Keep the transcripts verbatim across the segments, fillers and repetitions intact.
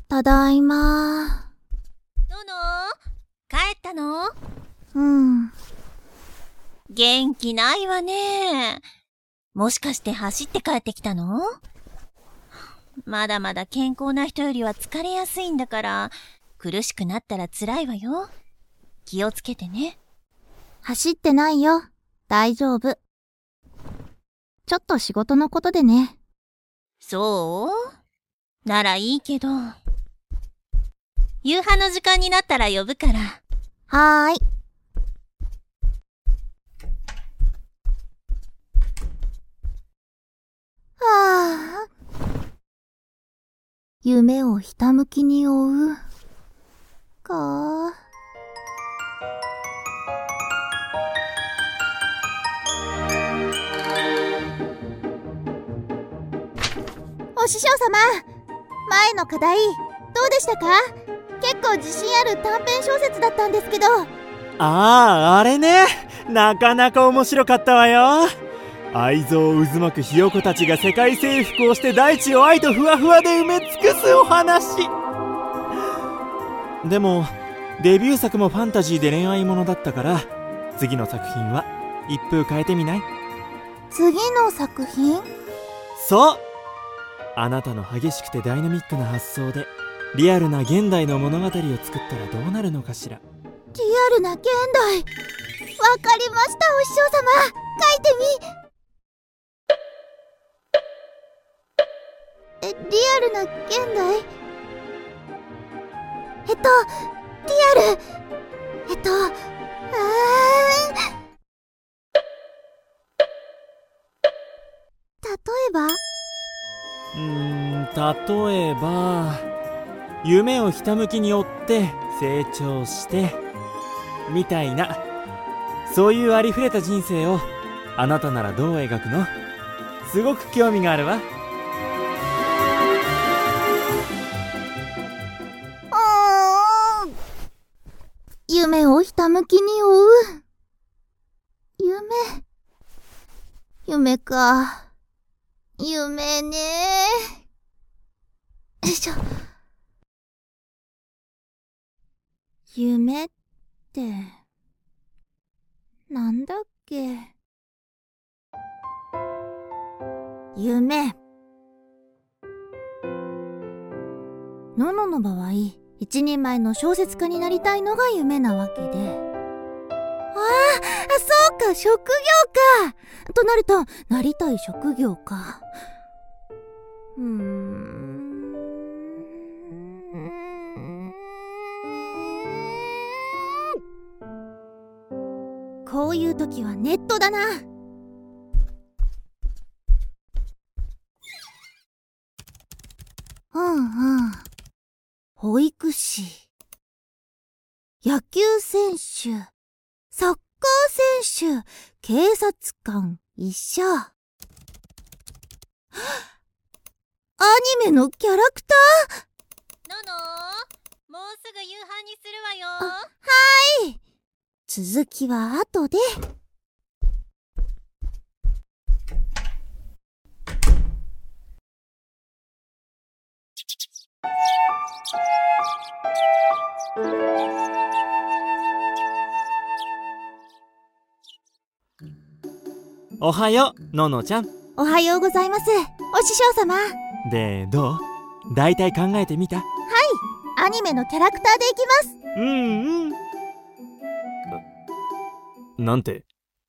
ただいま。 のの帰ったの？ うん。 元気ないわね。もしかして走って帰ってきたの？まだまだ健康な人よりは疲れやすいんだから、苦しくなったら辛いわよ。気をつけてね。 走ってないよ。大丈夫。ちょっと仕事のことでね。 そう？ならいいけど。夕飯の時間になったら呼ぶから。 はーい。はぁ。夢をひたむきに追う。かぁ。お師匠様、前の課題どうでしたか？結構自信ある短編小説だったんですけど。 ああ、あれね。なかなか面白かったわよ。愛憎渦巻くひよこたちが世界征服をして大地を愛とふわふわで埋め尽くすお話。でもデビュー作もファンタジーで恋愛ものだったから、次の作品は一風変えてみない？ 次の作品？ そう、あなたの激しくてダイナミックな発想でリアルな現代の物語を作ったらどうなるのかしら。 リアルな現代。わかりました、お師匠様。書いてみ。え、リアルな現代？えっと、リアル。えっと、あー。例えば？ うーん、例えば夢をひたむきに追って成長してみたいな、そういうありふれた人生をあなたならどう描くの？すごく興味があるわ。 うーん。夢をひたむきに追う。夢。夢か。夢ねー。よいしょ。夢って、なんだっけ。夢。ののの場合、一人前の小説家になりたいのが夢なわけで。ああ、そうか、職業か。となると、なりたい職業か。うーん。こういう時はネットだな。うんうん。保育士、野球選手、サッカー選手、警察官、医者。アニメのキャラクター？ のの、もうすぐ夕飯にするわよ。 はーい。続きは後で。 おはよう、ののちゃん。 おはようございます、お師匠様。 で、どう？だいたい考えてみた？ はい、アニメのキャラクターでいきます。 うんうん。なんて？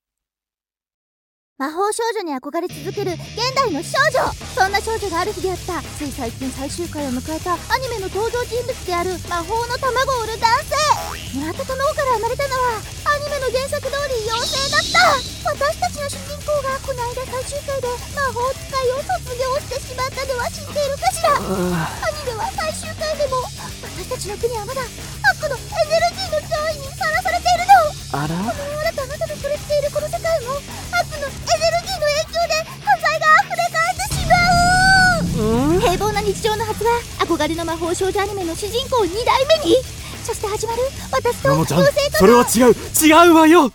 魔法少女に憧れ続ける現代の少女。そんな少女がある日出会った、つい最近最終回を迎えたアニメの登場人物である魔法の卵を売る男性。もらった卵から生まれたのはアニメの原作通り妖精だった。私たちの主人公がこの間最終回で魔法使いを卒業してしまったのは知っているかしら？アニメは最終回でも私たちの国はまだ悪のエネルギーの脅威にさらされているの。 あら？ この世の中あなたの暮らしているこの世界も悪のエネルギーの影響で犯罪が溢れ返ってしまう。うん、平凡な日常のはずが憧れの魔法少女アニメの主人公に代目に。そして始まる私と妖精との。 それは違う違うわよ。違う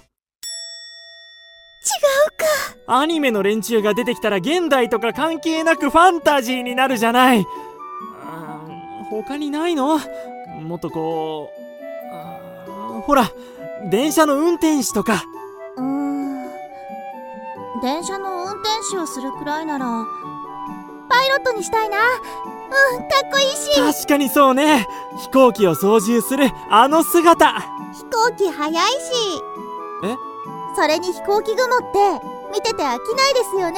か。 アニメの連中が出てきたら現代とか関係なくファンタジーになるじゃない。 他にないの？もっとこう、あーほら、電車の運転士とか。 うーん。電車の運転手をするくらいなら、パイロットにしたいな。うん、かっこいいし。 確かにそうね。飛行機を操縦するあの姿。 飛行機速いし。 え？ それに飛行機雲って見てて飽きないですよね。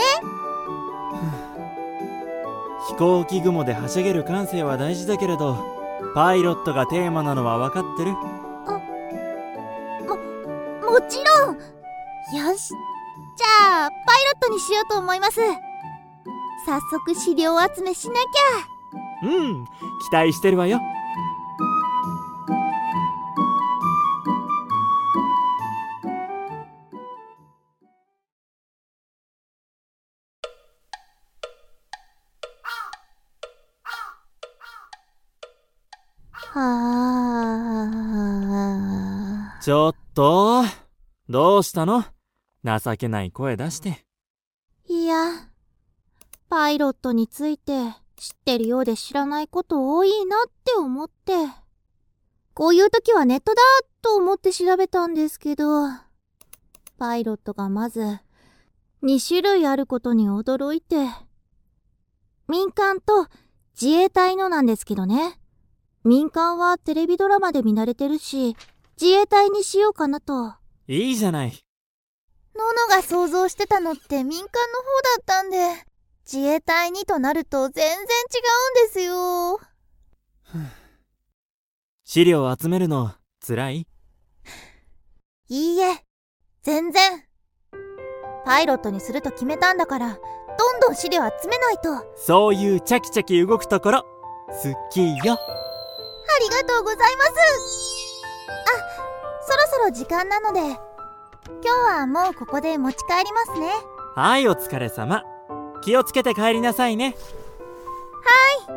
飛行機雲ではしゃげる感性は大事だけれど、パイロットがテーマなのは分かってる？ も、もちろん。よし。じゃあ、パイロットにしようと思います。早速資料集めしなきゃ。 うん、期待してるわよ。 はあ。 ちょっと、どうしたの？情けない声出して。 いや、パイロットについて知ってるようで知らないこと多いなって思って。こういう時はネットだと思って調べたんですけど、パイロットがまずに種類あることに驚いて。民間と自衛隊のなんですけどね。民間はテレビドラマで見慣れてるし、自衛隊にしようかなと。 いいじゃない。 ノノが想像してたのって民間の方だったんで、自衛隊にとなると全然違うんですよ。 資料を集めるの辛い？ いいえ、全然。パイロットにすると決めたんだから、どんどん資料集めないと。 そういうチャキチャキ動くところ好きよ。 ありがとうございます。あ、そろそろ時間なので、今日はもうここで持ち帰りますね。 はい、お疲れ様。気をつけて帰りなさいね。 はい。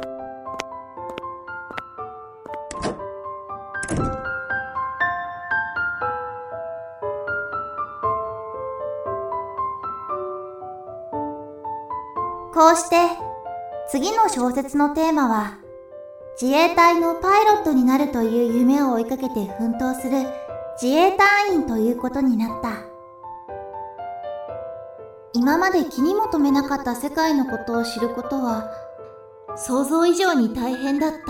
こうして次の小説のテーマは、自衛隊のパイロットになるという夢を追いかけて奮闘する自衛隊員ということになった。今まで気にも留めなかった世界のことを知ることは想像以上に大変だった。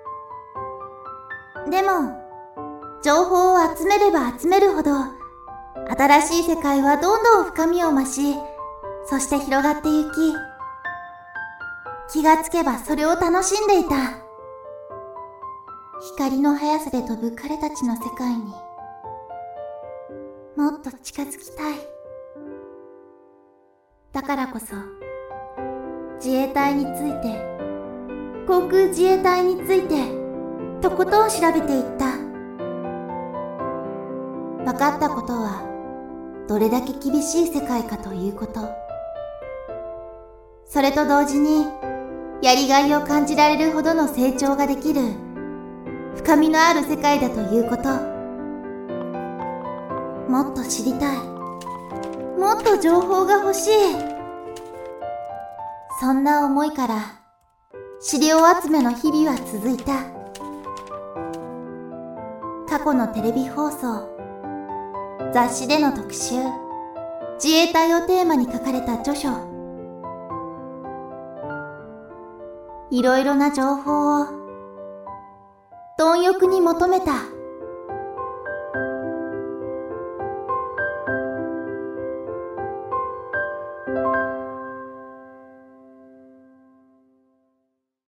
でも情報を集めれば集めるほど新しい世界はどんどん深みを増し、そして広がってゆき、気がつけばそれを楽しんでいた。光の速さで飛ぶ彼たちの世界にもっと近づきたい。だからこそ自衛隊について、航空自衛隊についてとことん調べていった。分かったことはどれだけ厳しい世界かということ、それと同時にやりがいを感じられるほどの成長ができる深みのある世界だということ。もっと知りたい。もっと情報が欲しい。そんな思いから資料集めの日々は続いた。過去のテレビ放送、雑誌での特集、自衛隊をテーマに書かれた著書、いろいろな情報を貪欲に求めた。